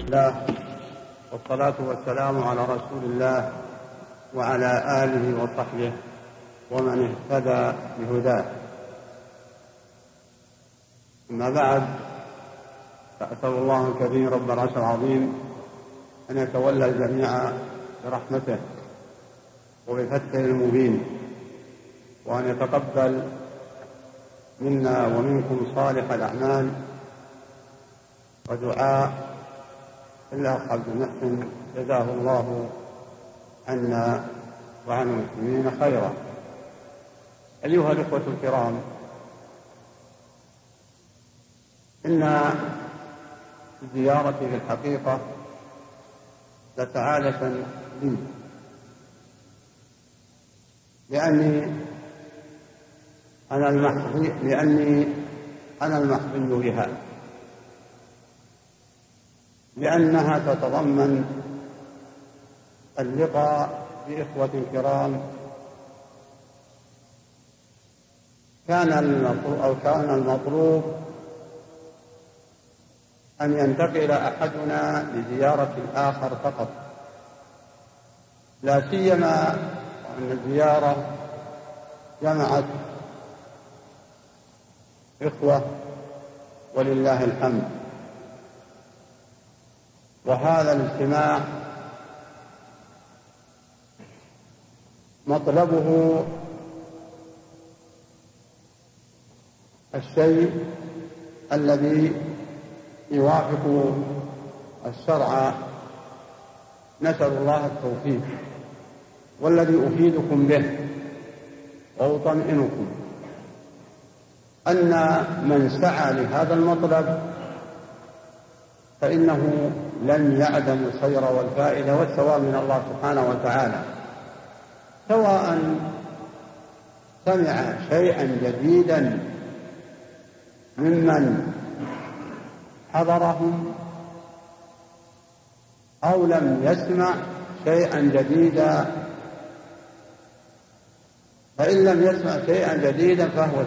الله والصلاة والسلام على رسول الله وعلى آله وصحبه ومن اهتدى بهداه. أما بعد، فأسأل الله الكريم رب العرش العظيم أن يتولى الجميع برحمته وبفتحه المبين، وأن يتقبل منا ومنكم صالح الأعمال، ودعاء الأخ عبد المحسن جزاه الله عنا وعن المسلمين خيرا. أيها الإخوة الكرام، إن الزيارة في الحقيقة لسعادة لي، لأني أنا المحظي بها، لأنها تتضمن اللقاء بإخوة كرام كان المطلوب أن ينتقل أحدنا لزيارة الآخر فقط، لا سيما أن الزيارة جمعت إخوة ولله الحمد. وهذا الاجتماع مطلبه الشيء الذي يوافق الشرع، نسأل الله التوفيق، والذي أفيدكم به وأطمئنكم أن من سعى لهذا المطلب فإنه لن يعدم الخير والفائدة والثواب من الله سبحانه وتعالى، سواء سمع شيئا جديدا ممن حضرهم أو لم يسمع شيئا جديدا. فإن لم يسمع شيئا جديدا فهو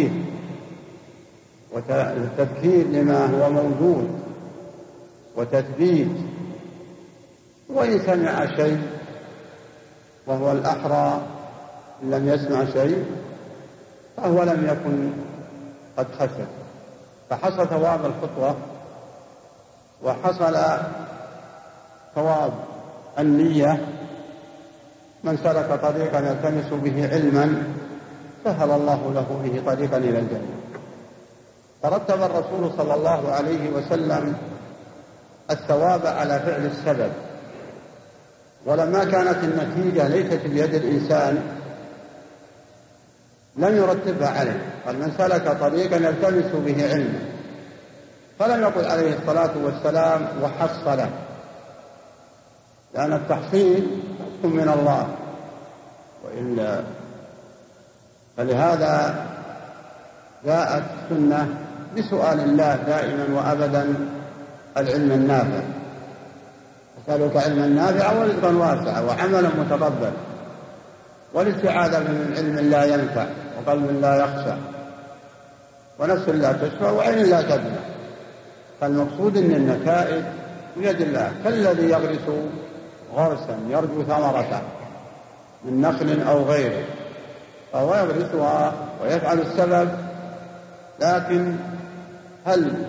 تذكير لما هو موجود وتثبيت. وإن سمع شيء وهو الأحرى إن لم يسمع شيء فهو لم يكن قد خسر، فحصل ثواب الخطوة وحصل ثواب النية. من سلك طريقا يلتمس به علما سهل الله له به طريقا إلى الجنة. ترتب الرسول صلى الله عليه وسلم الثواب على فعل السبب، ولما كانت النتيجة ليست بيد الإنسان لم يرتبها عليه، قال من سلك طريقا يلتمس به علما، فلم يقل عليه الصلاة والسلام وحصله، لأن التحصيل من الله وإلا. فلهذا جاءت السنة بسؤال الله دائما وأبدا العلم النافع، أسألك علما نافعا ورزقا واسعا وعملا متقبلا، والاستعاذة من علم لا ينفع وقلب لا يخشع ونفس لا تشفع وعين لا تدمع. فالمقصود أن النتائج بيد الله، كالذي يغرس غرسا يرجو ثمرته من نخل أو غيره، فهو يغرسها ويفعل السبب، لكن هل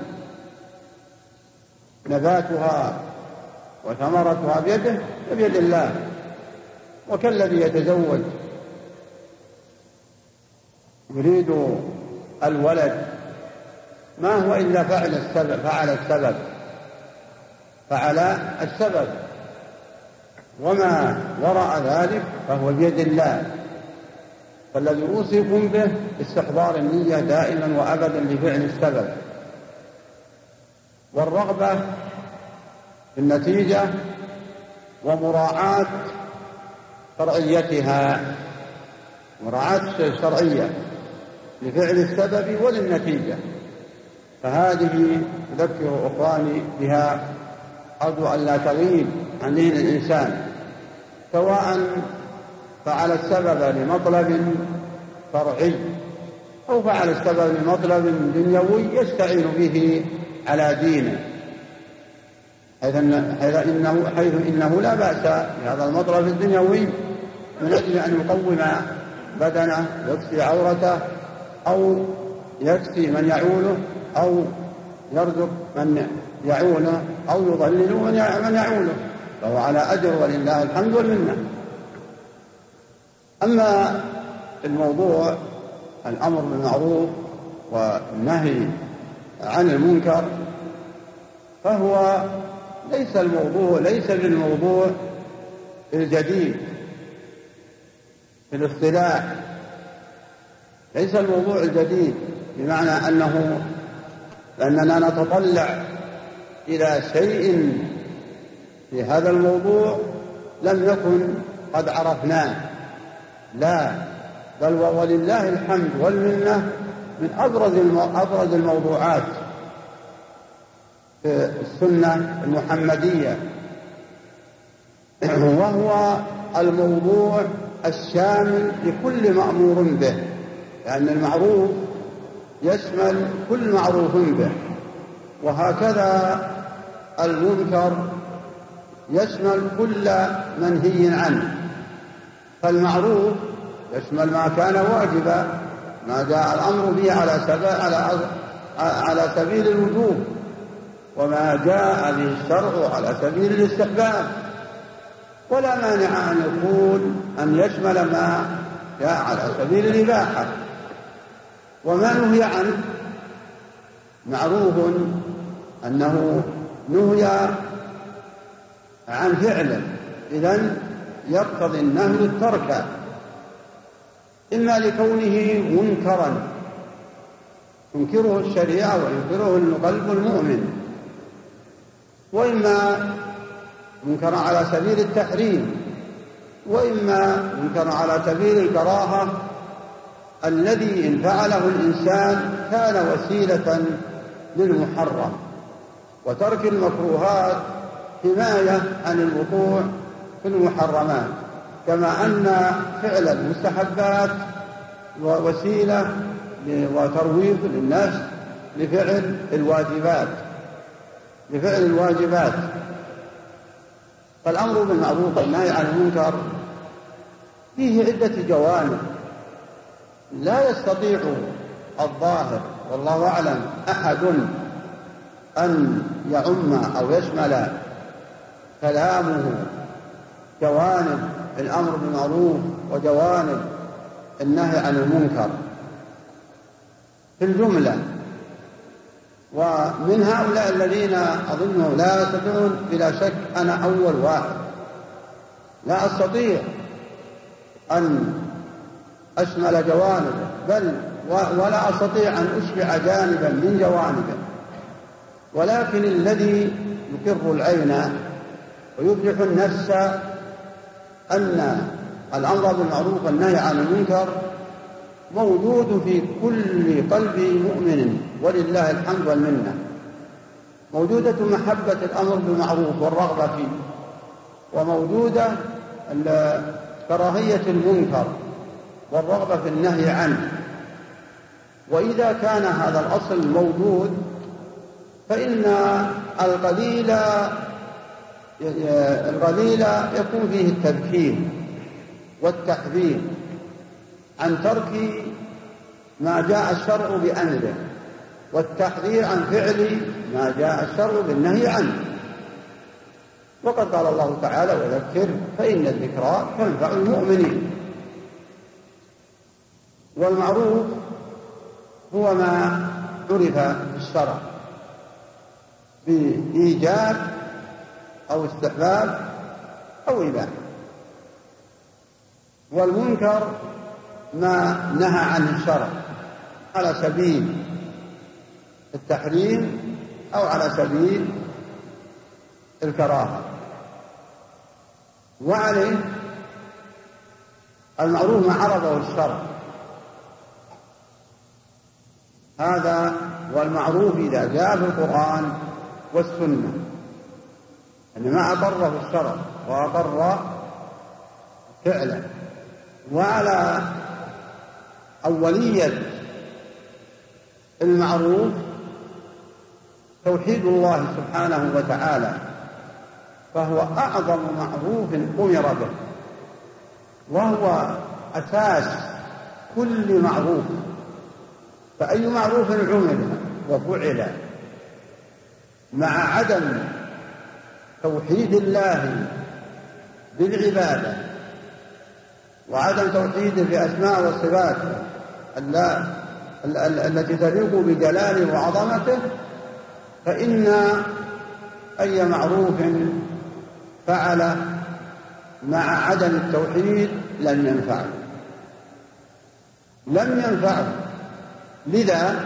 نباتها وثمرتها بيده؟ بيد الله. وكالذي يتزوج يريد الولد، ما هو إلا فعل السبب، وما وراء ذلك فهو بيد الله. فالذي أوصيكم به استحضار النية دائما وأبدا لفعل السبب، والرغبة في النتيجة، ومراعاة شرعيتها، مراعاة شرعية لفعل السبب وللنتيجة. فهذه أذكر إخواني بها، أرجو أن لا تغيب عن دين الإنسان، سواء فعل السبب لمطلب شرعي أو فعل السبب لمطلب دنيوي يستعين به على دينه. حيث إنه لا بأس بهذا المطلب الدنيوي من أجل أن يقوم بدنه، يكسي عورته، أو يكسي من يعوله، أو يرزق من يعوله، أو يضلل من يعوله، فهو على أجر ولله الحمد والمنة. أما الموضوع الأمر بالمعروف والنهي عن المنكر فهو ليس بالموضوع الجديد في الاصطلاح، ليس الموضوع الجديد بمعنى أننا نتطلع إلى شيء في هذا الموضوع لم يكن قد عرفناه، لا، بل ولله الحمد والمنة من أبرز الموضوعات في السنة المحمدية، وهو الموضوع الشامل لكل مأمور به، لأن المعروف يشمل كل معروف به، وهكذا المنكر يشمل كل منهي عنه. فالمعروف يشمل ما كان واجبا، ما جاء الأمر به على سبيل الوجوب، وما جاء به الشرع على سبيل الاستحباب، ولا مانع أن يشمل ما جاء على سبيل الإباحة. وما نهي عنه معروف أنه نهي عن فعله، إذن يقتضي النهي الترك، إما لكونه منكرا تنكره الشريعة وينكره القلب المؤمن، وإما منكرا على سبيل التحريم، وإما منكرا على سبيل الكراهة الذي إن فعله الإنسان كان وسيلة للمحرم. وترك المكروهات حماية عن الوقوع في المحرمات، كما أن فعل المستحبات وسيلة وترويض للناس لفعل الواجبات. فالأمر بالمعروف والنهي عن المنكر فيه عدة جوانب، لا يستطيع الظاهر والله أعلم أحد أن يعم أو يشمل كلامه جوانب الأمر بالمعروف وجوانب النهي عن المنكر في الجملة. ومن هؤلاء الذين أظنه لا يستطيعون، بلا شك أنا أول واحد لا أستطيع أن أشمل جوانبه، بل ولا أستطيع أن أشبع جانبا من جوانبه، ولكن الذي يقر العين ويفلح النفس أن الأمر بالمعروف والنهي عن المنكر موجود في كل قلب مؤمن ولله الحمد والمنة، موجودة محبة الأمر بالمعروف والرغبة فيه، وموجودة كراهية المنكر والرغبة في النهي عنه. وإذا كان هذا الأصل موجود فإن القليل يكون فيه التذكير والتحذير عن ترك ما جاء الشرع بأمره، والتحذير عن فعل ما جاء الشرع بالنهي عنه. وقد قال الله تعالى: وذكر فإن الذكرى تنفع المؤمنين. والمعروف هو ما عرف في الشرع بإيجاب أو استحباب أو إباحة، والمنكر ما نهى عنه الشرع على سبيل التحريم أو على سبيل الكراهة. وعليه المعروف ما عرضه الشرع، هذا والمعروف إذا جاء في القرآن والسنة أن ما أقره الشرع وأقر فعلا. وعلى أولية المعروف توحيد الله سبحانه وتعالى فهو أعظم معروف أمر به، وهو أساس كل معروف. فأي معروف عمل وفعل مع عدم توحيد الله بالعبادة وعدم توحيده بأسماء وصفات التي تليق بجلاله وعظمته، فإن أي معروف فعل مع عدم التوحيد لم ينفعه. لذا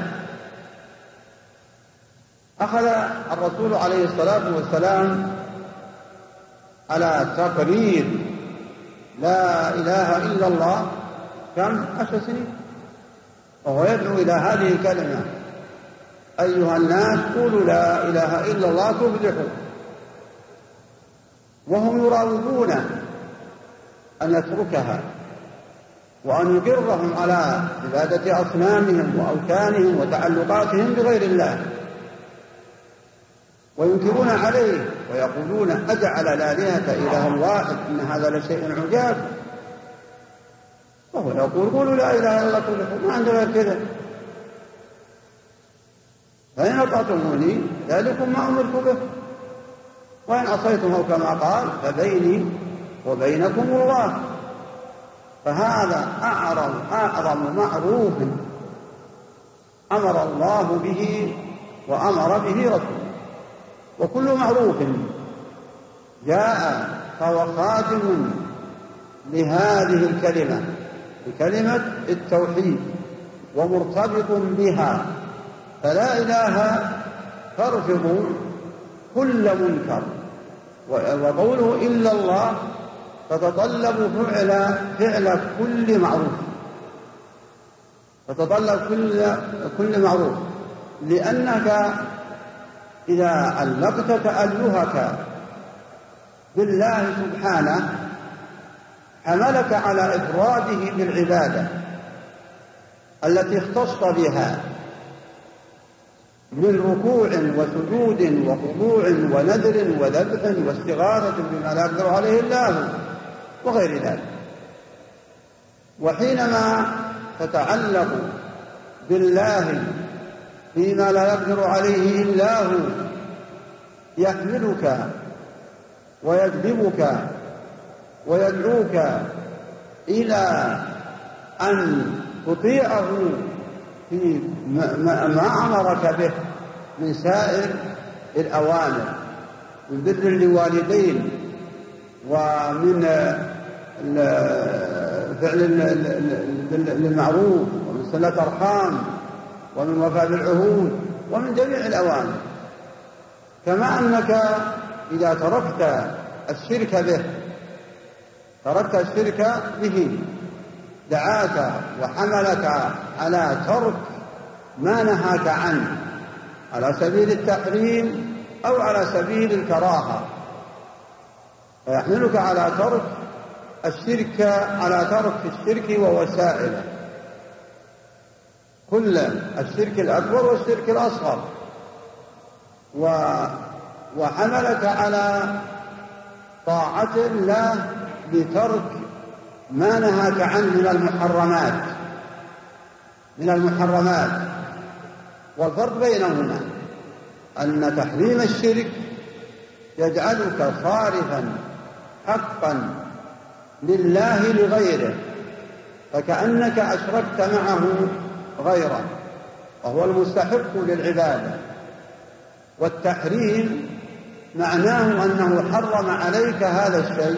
أخذ الرسول عليه الصلاة والسلام على تقرير لا إله إلا الله كم 10 سنين، وهو يدعو إلى هذه الكلمة: أيها الناس قولوا لا إله إلا الله تفلحوا. وهم يراودون أن يتركها وأن يقرهم على عبادة أصنامهم وأوثانهم وتعلقاتهم بغير الله، وينكرون عليه ويقولون: أجعل الآلهة إلها واحد إن هذا لشيء عجاب. وهو يقول: قولوا لا إله إلا الله تفلحوا، ما عنده غير كذا. فإن أطعتموني ذلكم ما أمرت به، وإن عصيتم كما قال فبيني وبينكم الله. فهذا أعظم معروف أمر الله به وأمر به رسوله. وكل معروف جاء فهو خاتم لهذه الكلمة، بكلمة التوحيد، ومرتبط بها. فلا إله ترفض كل منكر، وقوله إلا الله تتطلب فعل كل معروف، تتطلب كل معروف، لأنك إذا علقت تألهك بالله سبحانه حملك على إفراده بالعبادة التي اختص بها من ركوع وسجود وخضوع ونذر وذبح واستغاثة بما لا يقدر عليه الله وغير ذلك. وحينما تتعلق بالله فيما لا يقدر عليه إلا هو يحملك ويجذبك ويدعوك إلى أن تطيعه في ما أمرك به من سائر الأوامر، من بر الوالدين ومن فعل المعروف ومن صلة أرحام ومن وفاء بالعهود ومن جميع الأوامر. كما أنك إذا تركت الشرك به دعاك وحملك على ترك ما نهاك عنه على سبيل التحريم أو على سبيل الكراهة، فيحملك على ترك الشرك ووسائله، كل الشرك الأكبر والشرك الأصغر، وحملك على طاعة الله بترك ما نهاك عنه من المحرمات. والفرق بينهما أن تحريم الشرك يجعلك صارفا حقا لله لغيره، فكأنك أشركت معه غيره وهو المستحق للعبادة. والتحريم معناه أنه حرم عليك هذا الشيء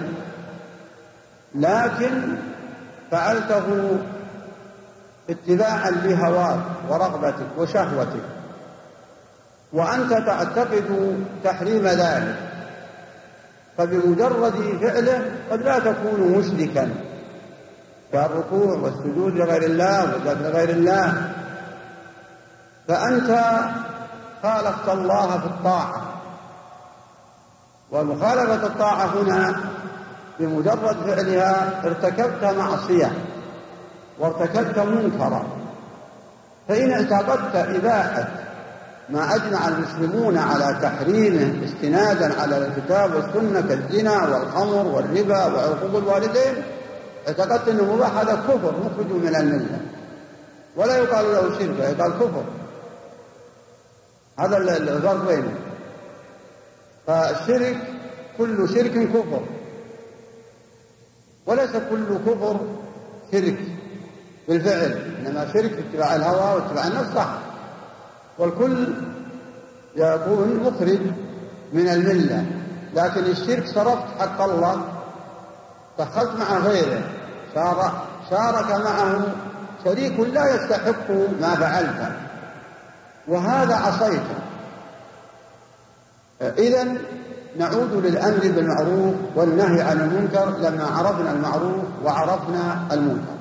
لكن فعلته اتباعا لهواك ورغبتك وشهوتك، وأنت تعتقد تحريم ذلك، فبمجرد فعله قد لا تكون مشركا كالركوع والسجود لغير الله والذبح لغير الله، فأنت خالفت الله في الطاعة. ومخالفة الطاعة هنا بمجرد فعلها ارتكبت معصية وارتكبت منكرا. فإن اعتقدت إباحة ما أجمع المسلمون على تحريمه استنادا على الكتاب والسنة كالزنا والخمر والربا وعقوق الوالدين، اعتقدت أنه مباح، هذا كفر مخرج من الملة، ولا يقال له شرك، يقال كفر. هذا الفرق بينه. فالشرك كل شرك كفر، وليس كل كفر شرك بالفعل، إنما شرك في اتباع الهوى واتباع النفس صح، والكل يكون مخرج من الملة. لكن الشرك صرفت حق الله، دخلت مع غيره، شارك معه شريك لا يستحق ما فعلت، وهذا عصيته. إذن نعود للأمر بالمعروف والنهي عن المنكر لما عرفنا المعروف وعرفنا المنكر.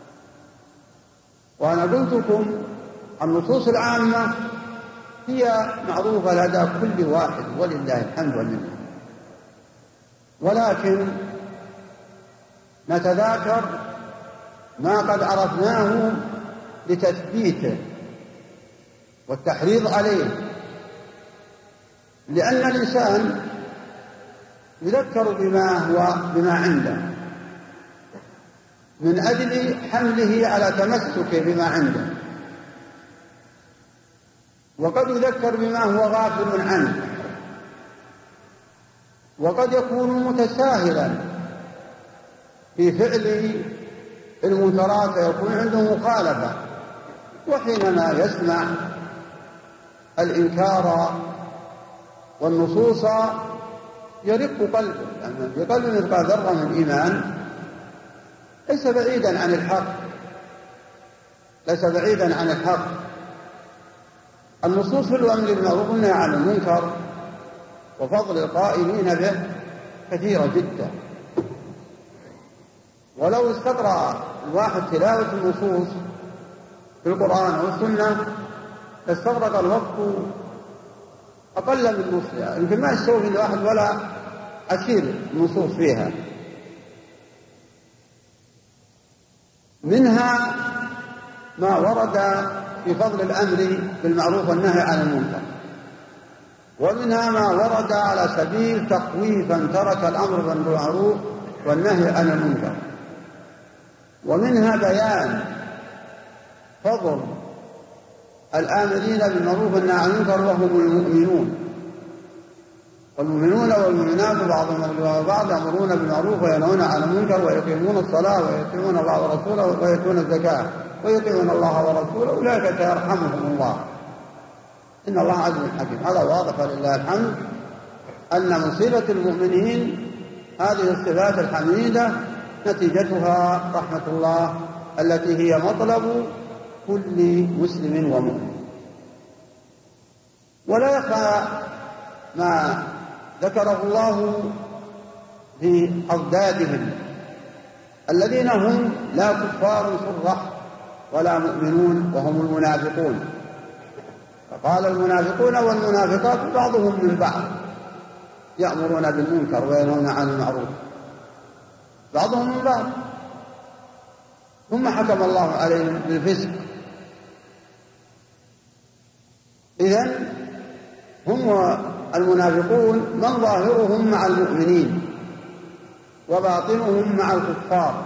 وأنا قلت لكم النصوص العامة هي معروفة لدى كل واحد ولله الحمد والمنة، ولكن نتذاكر ما قد عرفناه لتثبيته والتحريض عليه، لأن الإنسان يذكر بما عنده من أجل حمله على تمسك بما عنده، وقد يذكر بما هو غافل عنه، وقد يكون متساهلا في فعل المنكرات فيكون عنده مخالفة، وحينما يسمع الإنكار والنصوص يرق قلبه، لأن في قلبه مثقال ذرة من إيمان، ليس بعيدا عن الحق، ليس بعيدا عن الحق. النصوص في الأمر بالمعروف والنهي عن المنكر وفضل القائمين به كثيرة جدا، ولو استقرأ الواحد تلاوة النصوص في القرآن والسنة استغرق الوقت أقل من نصف، يمكن ما يستوفي الواحد ولا عشير النصوص فيها. منها ما ورد في فضل الأمر بالمعروف والنهي عن المنكر، ومنها ما ورد على سبيل تخويف من ترك الأمر بالمعروف والنهي عن المنكر، ومنها بيان فضل الآمرين بالمعروف والنهي عن المنكر وهم المؤمنون، والمؤمنون والمؤمنات بعضهم أولياء بعض يأمرون بالمعروف وينهون عن المنكر ويقيمون الصلاة ويطيعون الله ورسوله ويؤتون الزكاة ويطيعون الله ورسوله أولئك سيرحمهم الله إن الله عزيز حكيم. هذا واضح ولله الحمد أن من صفة المؤمنين هذه الصفات الحميدة نتيجتها رحمة الله التي هي مطلب كل مسلم ومؤمن. ولا يخفى ما ذكره الله في أضدادهم الذين هم لا كفار صرح ولا مؤمنون وهم المنافقون، فقال المنافقون والمنافقات بعضهم من بعض يأمرون بالمنكر وينهون عن المعروف، بعضهم من بعض، ثم حكم الله عليهم بالفسق. إذن هم المنافقون من ظاهرهم مع المؤمنين وباطنهم مع الكفار،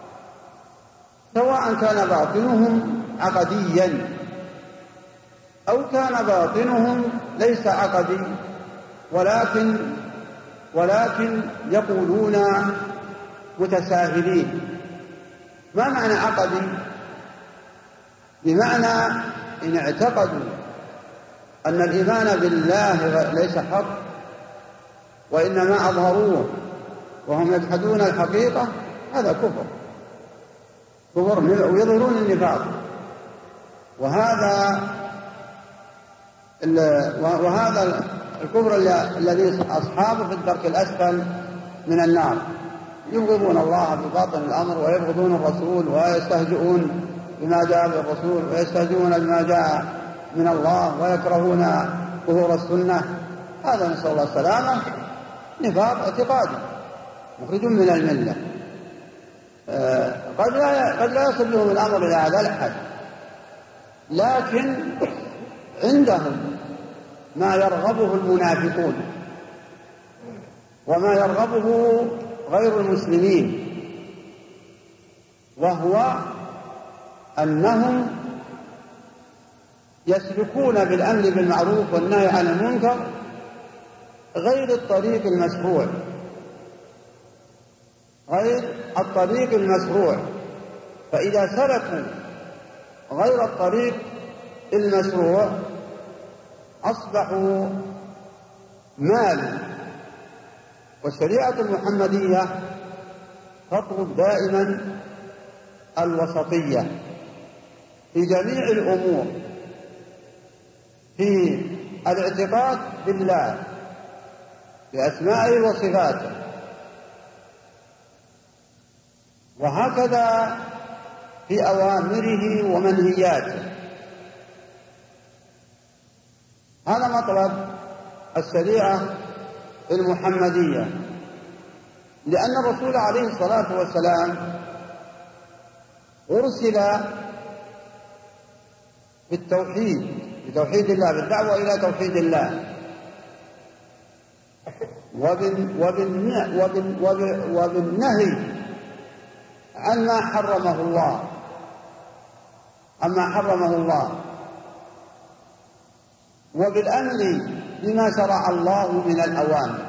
سواء كان باطنهم عقديا أو كان باطنهم ليس عقدي ولكن يقولون متساهلين. ما معنى عقدي؟ بمعنى إن اعتقدوا أن الإيمان بالله ليس حق وإنما أظهروه وهم يجحدون الحقيقة، هذا كفر ويظهرون النفاق. وهذا الكفر الذي أصحابه في الدرك الأسفل من النار، يبغضون الله في باطن الأمر ويبغضون الرسول ويستهزئون بما جاء بالرسول ويستهزئون بما جاء من الله ويكرهون ظهور السنة. هذا نسأل الله السلامة، نفاق اعتقادي مخرج من الملة. قد لا يصل لهم الأمر إلى هذا الحد، لكن عندهم ما يرغبه المنافقون وما يرغبه غير المسلمين، وهو أنهم يسلكون بالأمر بالمعروف والنهي عن المنكر غير الطريق المشروع، غير الطريق المشروع. فإذا سلكوا غير الطريق المشروع أصبحوا مالا. والشريعة المحمدية تطلب دائما الوسطية في جميع الأمور، في الاعتقاد بالله بأسمائه وصفاته، وهكذا في أوامره ومنهياته. هذا مطلب الشريعة المحمدية، لأن الرسول عليه الصلاة والسلام أرسل بالتوحيد، بتوحيد الله، بالدعوة إلى توحيد الله، وبالنهي عما حرمه الله، وبالأمر بما شرع الله من الأوامر.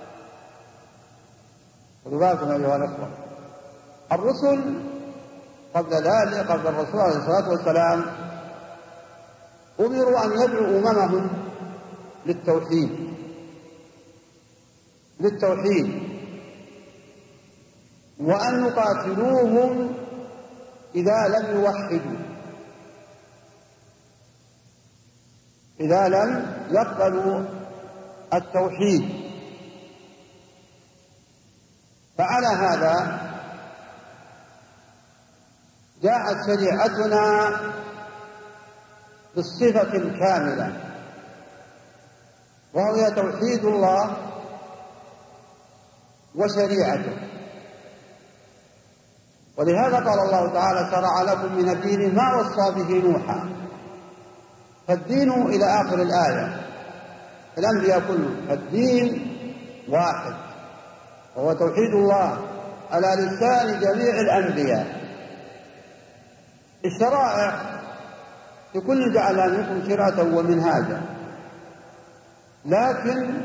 خذوا بالكم أيها الأخوة، الرسل قبل ذلك، قبل الرسول عليه الصلاة والسلام، أمروا أن يدعوا أممهم للتوحيد، وأن يقاتلوهم إذا لم يوحدوا، إذا لم يقبلوا التوحيد. فعلى هذا جاءت شريعتنا بالصفة الكاملة، وهي توحيد الله وشريعته. ولهذا قال الله تعالى: شرع لكم من الدين ما وصى به نوحا. فالدين إلى آخر الآية، الأنبياء كلهم الدين واحد، وهو توحيد الله على لسان جميع الأنبياء. الشرائع لكل جعل منكم شرعة ومنهاجا، لكن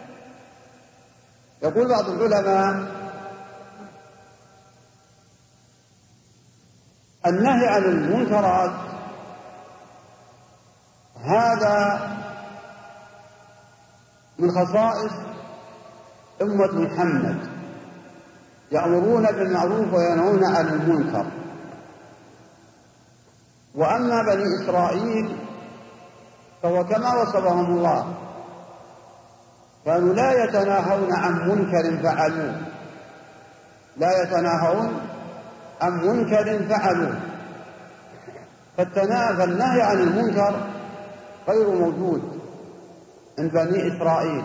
يقول بعض العلماء: النهي عن المنكرات هذا من خصائص أمة محمد، يأمرون بالمعروف وينهون عن المنكر. وأما بني إسرائيل فهو كما وصفهم الله، كانوا لا يتناهون عن منكر فعلوه، فالنهي عن المنكر غير موجود عند بني إسرائيل،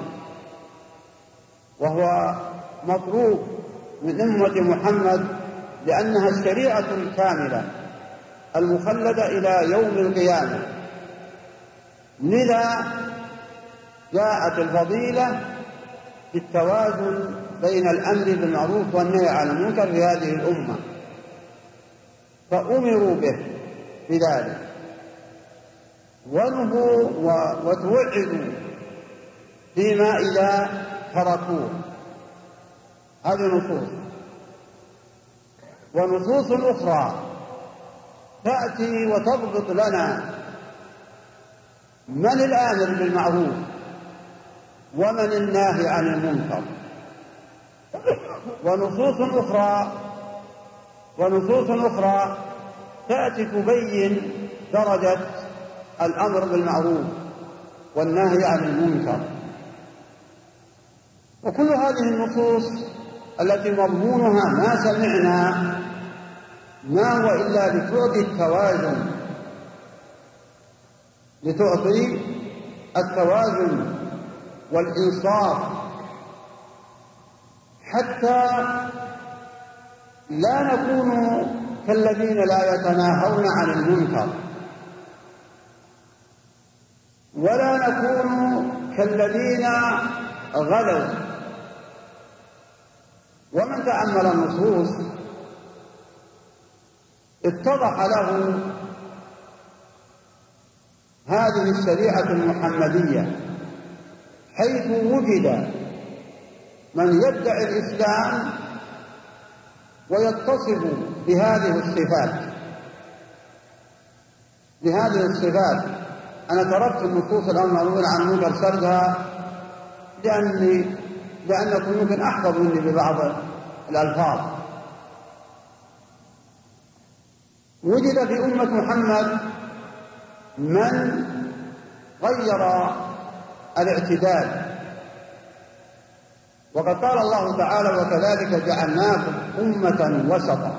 وهو مطلوب من أمة محمد، لأنها الشريعة الكاملة المخلدة إلى يوم القيامة. لذا جاءت الفضيلة بالتوازن بين الأمر بالمعروف والنهي عن المنكر في هذه الأمة، فأمروا به بذلك ونهوا وتوعدوا فيما إذا تركوه. هذه نصوص. ونصوص أخرى تأتي وتضبط لنا من الآمر بالمعروف ومن الناهي عن المنكر. ونصوص أخرى تأتي تبين درجة الأمر بالمعروف والنهي عن المنكر. وكل هذه النصوص التي مضمونها ما سمعنا ما هو إلا لتعطي التوازن والإنصاف، حتى لا نكون كالذين لا يتناهون عن المنكر، ولا نكون كالذين غلوا. ومن تأمل النصوص اتضح له هذه الشريعة المحمدية، حيث وجد من يدعي الإسلام ويتصف بهذه الصفات. أنا تركت النصوص الأمرون عن منكر سردها لأنكم يمكن أحفظ مني ببعض الألفاظ. وجد في أمة محمد من غير الاعتدال، وقد قال الله تعالى: وكذلك جعلناكم أمة وسطا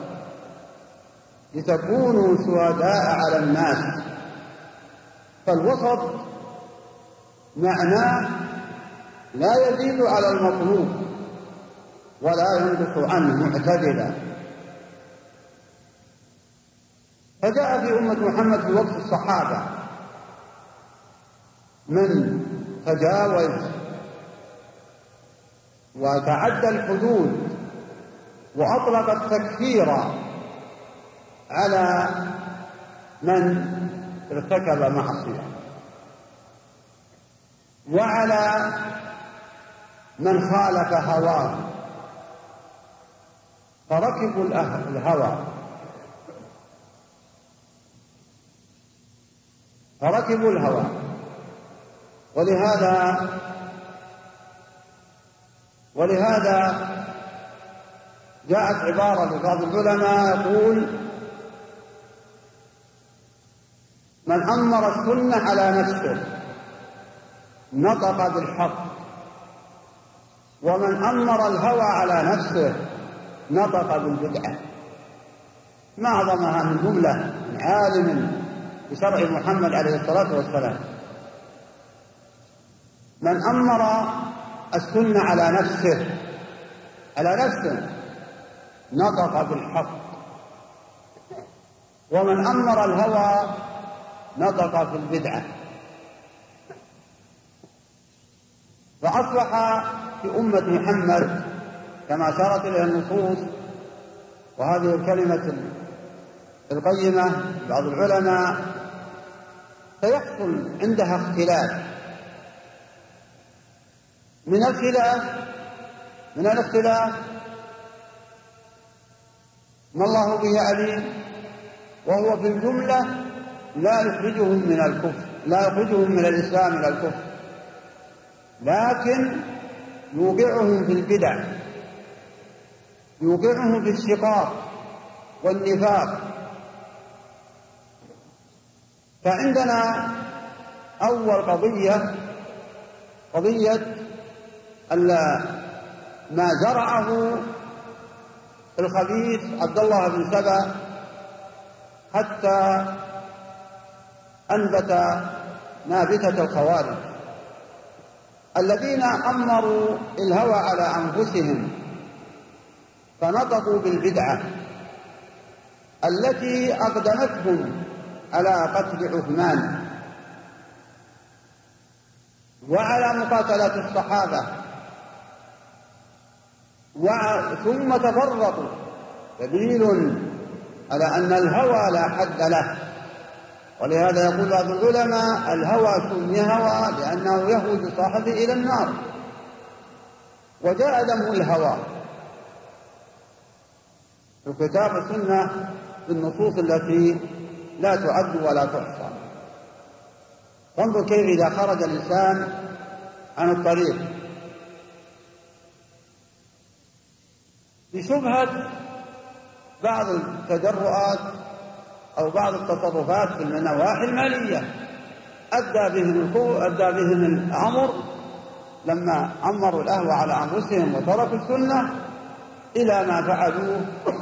لتكونوا شهداء على الناس. فالوسط معناه لا يزيد على المطلوب ولا ينقص عنه، معتدلا. فجاء في أمة محمد في وقت الصحابة من تجاوز وتعدى الحدود وأطلق التكفير على من ارتكب معصية وعلى من خالف هواه، فركبوا الهوى. ولهذا جاءت عبارة لبعض العلماء يقول: من أمر السنة على نفسه نطق بالحق، ومن أمر الهوى على نفسه نطق بالبدعة. ما أعظمها من جملة من عالم بشرع محمد عليه الصلاة والسلام. من أمر السنة على نفسه نطق بالحق، ومن أمر الهوى نطق في البدعة. فأصبح في أمة محمد كما أشارت إليه النصوص، وهذه الكلمة القيمة بعض العلماء سيحصل عندها اختلاف. من الاختلاف ما الله به عليم، وهو في الجملة لا يخرجهم من الإسلام إلى الكفر، لكن يوقعهم في البدع، يوقعهم في الشقاق والنفاق. فعندنا أول قضية ما زرعه الخبيث عبد الله بن سبأ حتى أنبت نابتة الخوارج الذين أمروا الهوى على أنفسهم فنطقوا بالبدعة التي أقدمتهم على قتل عثمان وعلى مقاتلة الصحابة، ثم تفرقوا. دليل على أن الهوى لا حد له. ولهذا يقول بعض العلماء: الهوى سمي هوى لأنه يهوي صاحبه إلى النار. وجاء ذم الهوى في الكتاب والسنة بالنصوص التي لا تعد ولا تحصى. فانظر كيف إذا خرج الإنسان عن الطريق بشبهة بعض التجرؤات أو بعض التصرفات في النواحي المالية، أدى بهم الأمر لما أمروا الأهوى على أنفسهم وتركوا السنة إلى ما فعلوه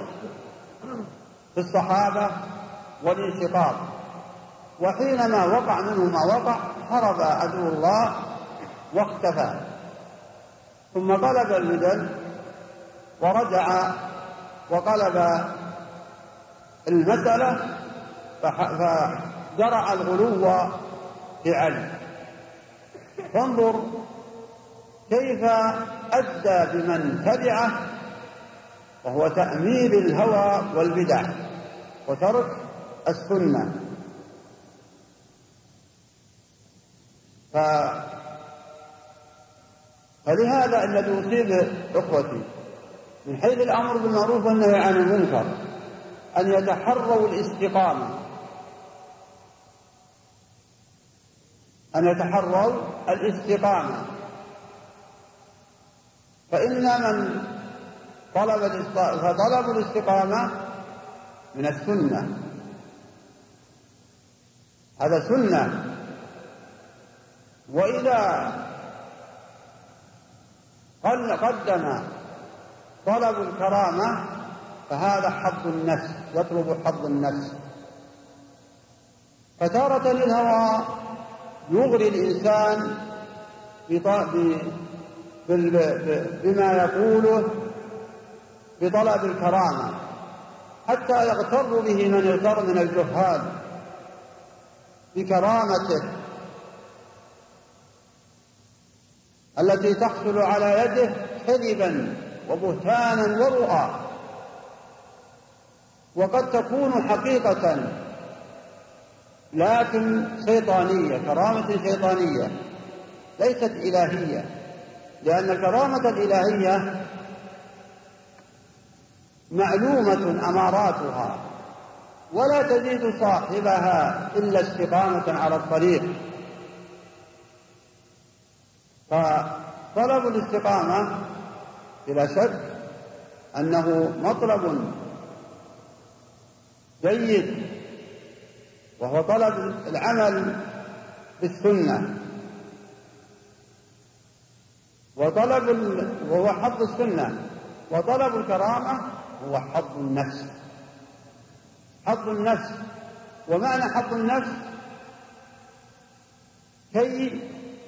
في الصحابة والانشقاق. وحينما وقع منه ما وقع هرب عدو الله واختفى، ثم قلب البدل ورجع وقلب المسألة فزرع الغلو في علي. فانظر كيف أدى بمن تبعه، وهو تأمير الهوى والبدع وترك السنة. فلهذا الذي يصيب إخوتي من حيث الأمر بالمعروف والنهي عن المنكر أن يتحروا الاستقامة، فإن من طلب الاستقامة من السنة، هذا سنة. وإذا قدم طلب الكرامة فهذا حظ النفس، يطلب حظ النفس. فتارة الهوى يغري الإنسان بما يقوله بطلب الكرامة، حتى يغتر به من يغتر من الجهال بكرامته التي تحصل على يده كذبا وبهتانا ورؤى، وقد تكون حقيقة لكن شيطانية، كرامة شيطانية ليست إلهية، لأن الكرامة الإلهية معلومة أماراتها ولا تزيد صاحبها إلا استقامة على الطريق. فطلب الاستقامة بلا شك أنه مطلب جيد، وهو طلب العمل بالسنة، وهو حظ السنة. وطلب الكرامة هو حظ النفس. ومعنى حظ النفس كي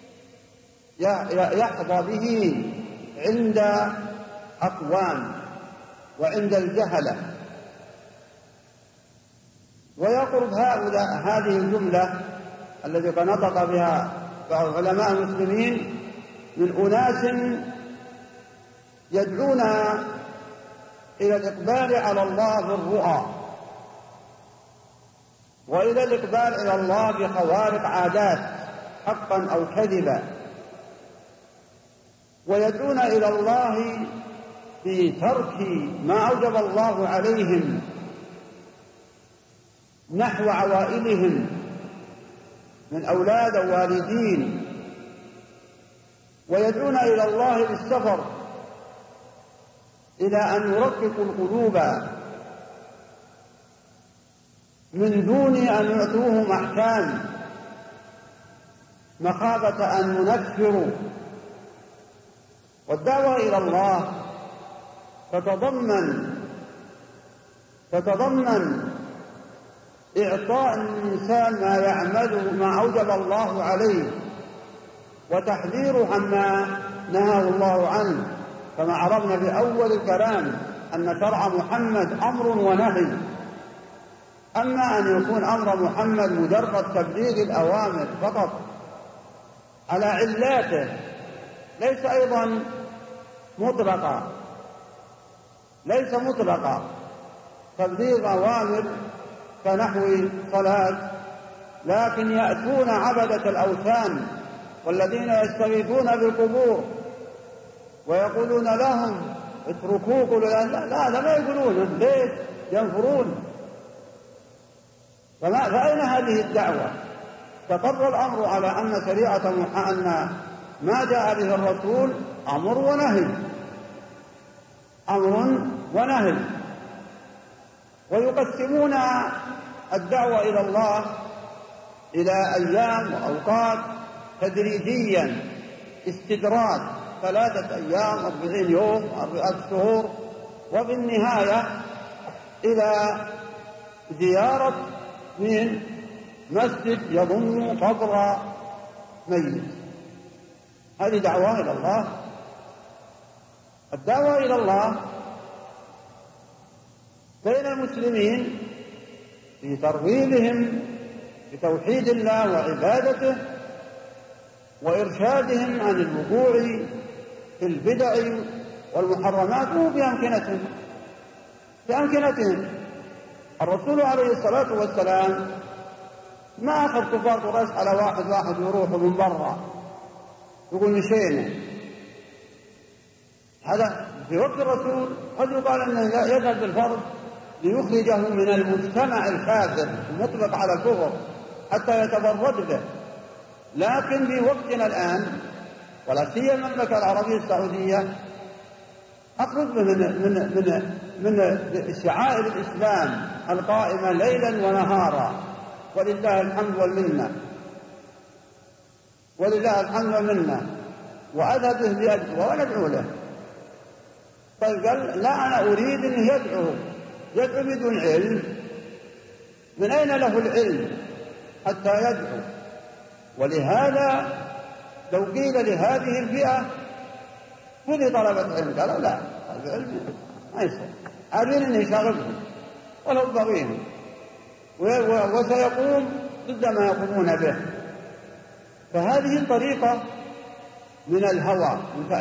يحظى به عند أقوام وعند الجهلة. ويقرب هذه الجملة التي قد نطق بها بعض علماء المسلمين من أناس يدعون إلى الإقبال على الله بالرؤى، وإلى الإقبال إلى الله بخوارق عادات حقا أو كذبا، ويدعون إلى الله بترك ما أوجب الله عليهم نحو عوائلهم من أولاد ووالدين، ويدعون إلى الله بالسفر إلى أن يرققوا القلوب من دون أن يعطوهم أحكام مخافة أن ينفروا. والدعوة إلى الله تتضمن إعطاء الإنسان ما يعمله ما أوجب الله عليه، وتحذيره عما نهاه الله عنه، كما عرفنا في أول الكلام أن شرع محمد أمر ونهي. أما أن يكون أمر محمد مجرد تبليغ الأوامر فقط على علاته ليس أيضا مطلقا تبليغ أوامر كنحو صلاة، لكن يأتون عبدة الأوثان والذين يستغيثون بالقبور ويقولون لهم اتركوه، قولوا لا ما يقولون، ليش ينفرون؟ فأين هذه الدعوة؟ استقر الأمر على أن شريعة أن ما جاء به الرسول أمر ونهي. ويقسمون الدعوة إلى الله إلى أيام وأوقات تدريجيا، استدراج 3 أيام 40 يوم 4 شهور، وفي النهاية إلى زيارة من مسجد يضم قبر ميت. هذه دعوة إلى الله. الدعوة إلى الله بين المسلمين في ترويضهم بتوحيد الله وعبادته وإرشادهم عن الوقوع في البدع والمحرمات وهو بأمكنتهم. الرسول عليه الصلاة والسلام ما أخذ كفار قريش على واحد يروحوا من برا يقول مشينا. هذا في وقت الرسول قد يقال أنه يذهب بالفرد ليخرجه من المجتمع الكافر المطلق على الكفر حتى يتبرد به، لكن في وقتنا الآن ولا سيما المملكة العربية السعودية أخرج من شعائر الإسلام القائمة ليلا ونهارا ولله الحمد والمنة وأذهب به لأجله وندعو له. طيب قال لا، أنا أريد أن يدعو بدون علم. من أين له العلم حتى يدعو؟ ولهذا لو قيل لهذه الفئة خذي طلبة علم قالوا لا، طلب علم ما يصير، عارفين أنه يشاغبهم ولو بغيهم وسيقوم ضد ما يقومون به. فهذه طريقة من الهوى،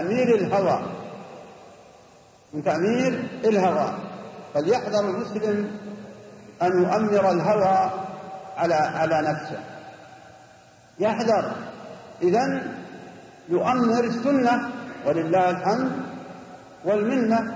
من تأمير الهوى. فليحذر المسلم أن يؤمر الهوى على نفسه، يحذر. إذن يؤمر السنة ولله الحمد والمنة،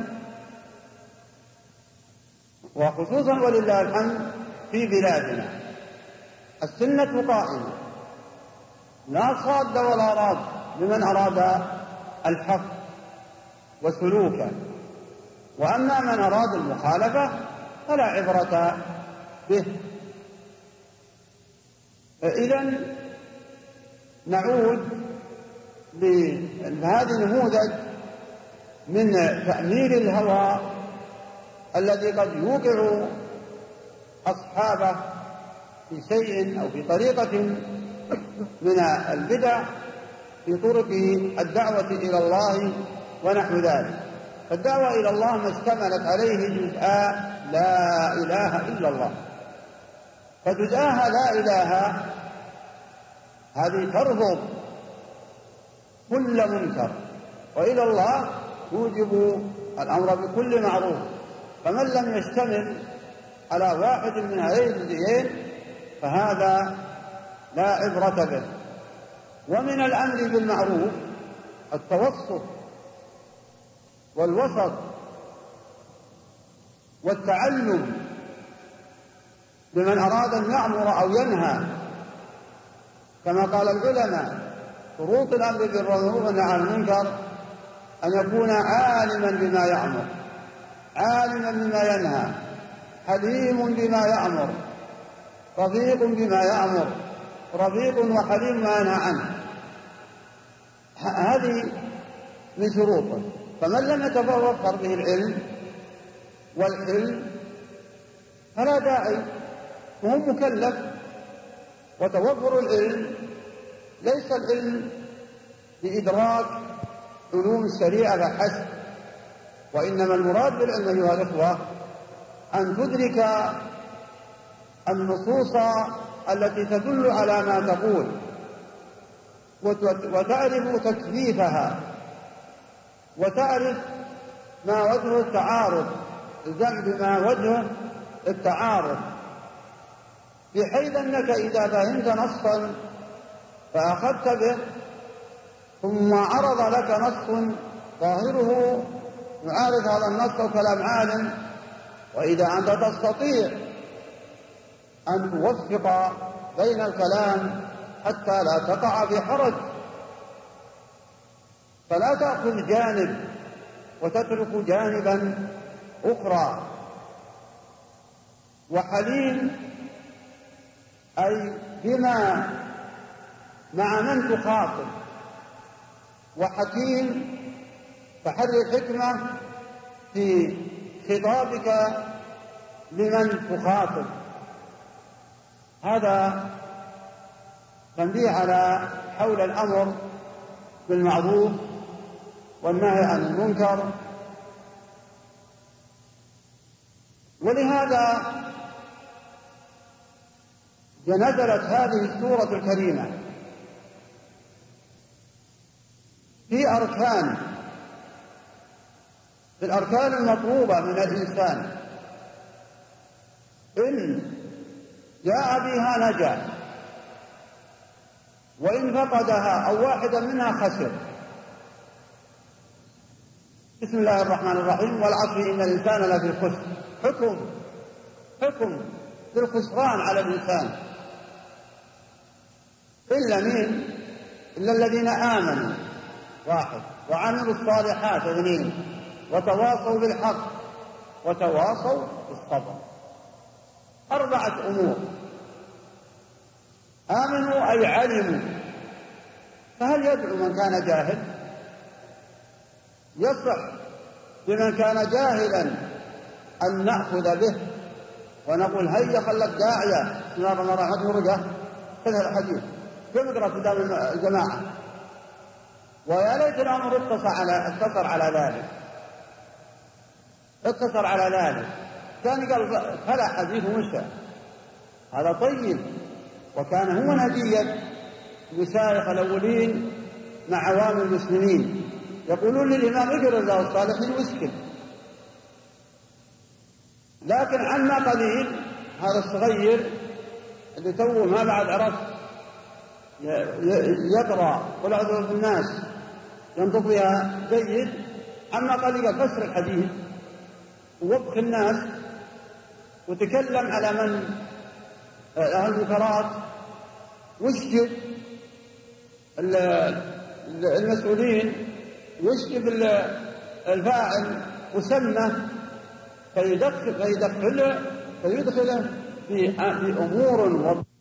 وخصوصا ولله الحمد في بلادنا السنة قائمة لا صاد ولا راد لمن أراد الحق وسلوكه، وأما من أراد المخالفة فلا عبرة به. إذن نعود لهذا النموذج من تأمير الهوى الذي قد يوقع أصحابه في شيء أو في طريقة من البدع في طرق الدعوة إلى الله ونحو ذلك. فالدعوة إلى الله ما اشتملت عليه جزءا لا إله إلا الله، فجزءها لا إله هذه ترفض كل منكر، وإلى الله توجب الأمر بكل معروف. فمن لم يشتمل على واحد من هذين الجزئين فهذا لا عبرة به. ومن الأمر بالمعروف التوسط والوسط والتعلم لمن أراد أن يأمر أو ينهى، كما قال العلماء شروط الأمر بالمعروف والنهي عن المنكر أن يكون عالما بما يأمر، عالما بما ينهى، حليم بما يأمر، رفيق بما يأمر، رفيق وحليم ما ينهى عنه. هذه من شروطه. فمن لم يتوفر به العلم والحلم فلا داعي، وهو مكلف. وتوفر العلم ليس العلم بإدراك علوم الشريعة فحسب، وإنما المراد بالعلم أيها الإخوة أن تدرك النصوص التي تدل على ما تقول وتعرف تكليفها، وتعرف ما وجه التعارض، الجمع بما وجه التعارض، بحيث أنك إذا فهمت نصا فأخذت به ثم عرض لك نص ظاهره يعارض هذا النص وكلام عالم، وإذا أنت تستطيع أن توفق بين الكلام حتى لا تقع في حرج، فلا تأخذ جانب وتترك جانبا أخرى. وحليم أي بما مع من تخاطب، وحكيم فحر الحكمة في خطابك لمن تخاطب. هذا تنبيه على حول الأمر بالمعروف والنهي عن المنكر. ولهذا نزلت هذه السورة الكريمة في الأركان المطلوبة من الإنسان، إن جاء بها نجا، وإن فقدها أو واحدا منها خسر. بسم الله الرحمن الرحيم: والعصر إن الإنسان لفي خسر. حكم بالخسران على الإنسان، إلا الذين آمنوا، واحد، وعملوا الصالحات، اثنين، وتواصوا بالحق وتواصوا بالصبر. 4 أمور. آمنوا أي علموا، فهل يدعو من كان جاهل؟ يصح بمن كان جاهلا أن نأخذ به ونقول: هيا خلك داعية، بسم الله الرحمن الرحيم، ورقة خذ الحديث كم اقرأ قدام الجماعة. ويا ليت الأمر اقتصر على ذلك، كان قال فلا حديث ومشى، هذا طيب. وكان هو هدية مشايخ الأولين مع عوام المسلمين، يقولون للإمام: اقرأ الله الصالحين واسكت. لكن عما قليل هذا الصغير اللي توه ما بعد عرف يقرأ قل أعوذ بالناس ينطق بها جيد، عما قليل فسر الحديث ووبخ الناس وتكلم على من أهل المنكرات، واشتم المسؤولين، واشتم الفاعل وسمه، فيدخله في أمور